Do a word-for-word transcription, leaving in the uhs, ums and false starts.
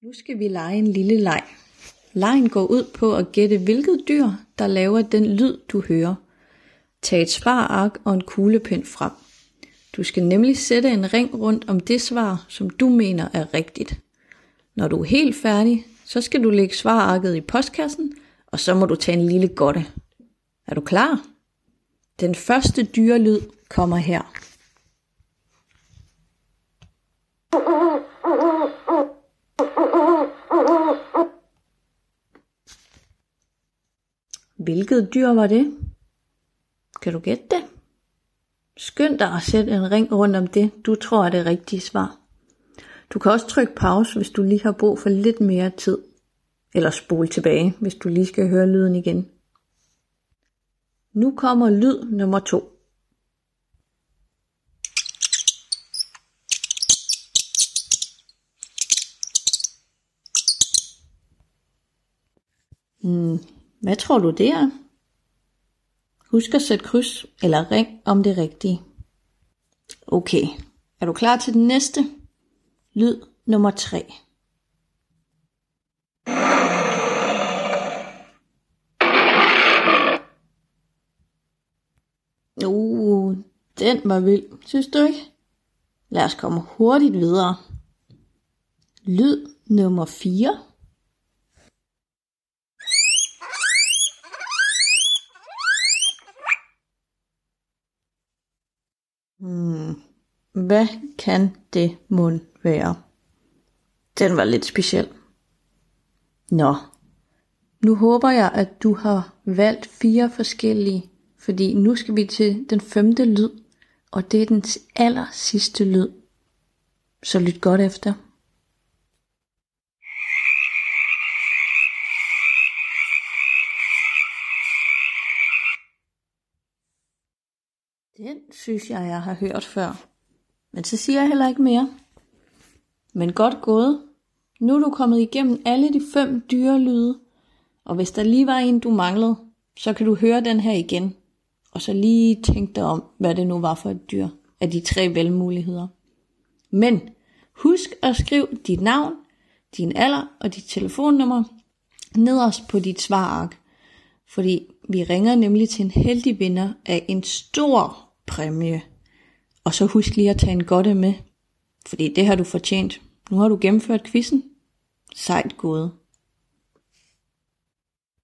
Nu skal vi lege en lille leg. Legen går ud på at gætte, hvilket dyr, der laver den lyd, du hører. Tag et svarark og en kuglepen frem. Du skal nemlig sætte en ring rundt om det svar, som du mener er rigtigt. Når du er helt færdig, så skal du lægge svararket i postkassen, og så må du tage en lille godte. Er du klar? Den første dyrelyd kommer her. Hvilket dyr var det? Kan du gætte det? Skynd dig at sætte en ring rundt om det, du tror er det rigtige svar. Du kan også trykke pause, hvis du lige har brug for lidt mere tid. Eller spole tilbage, hvis du lige skal høre lyden igen. Nu kommer lyd nummer to. Hmm, hvad tror du det er? Husk at sætte kryds eller ring om det rigtige. Okay, er du klar til den næste? Lyd nummer tre. Uh, den var vild, synes du ikke? Lad os komme hurtigt videre. Lyd nummer fire. Hmm, hvad kan det mon være? Den var lidt speciel. Nå, nu håber jeg, at du har valgt fire forskellige, fordi nu skal vi til den femte lyd, og det er den aller sidste lyd. Så lyt godt efter. Den synes jeg, jeg har hørt før. Men så siger jeg heller ikke mere. Men godt gået. Nu er du kommet igennem alle de fem dyrelyde. Og hvis der lige var en, du manglede, så kan du høre den her igen. Og så lige tænke dig om, hvad det nu var for et dyr af de tre valgmuligheder. Men husk at skrive dit navn, din alder og dit telefonnummer nederst på dit svarark. Fordi vi ringer nemlig til en heldig vinder af en stor præmie. Og så husk lige at tage en godte med, fordi det har du fortjent. Nu har du gennemført quizzen. Sejt gået.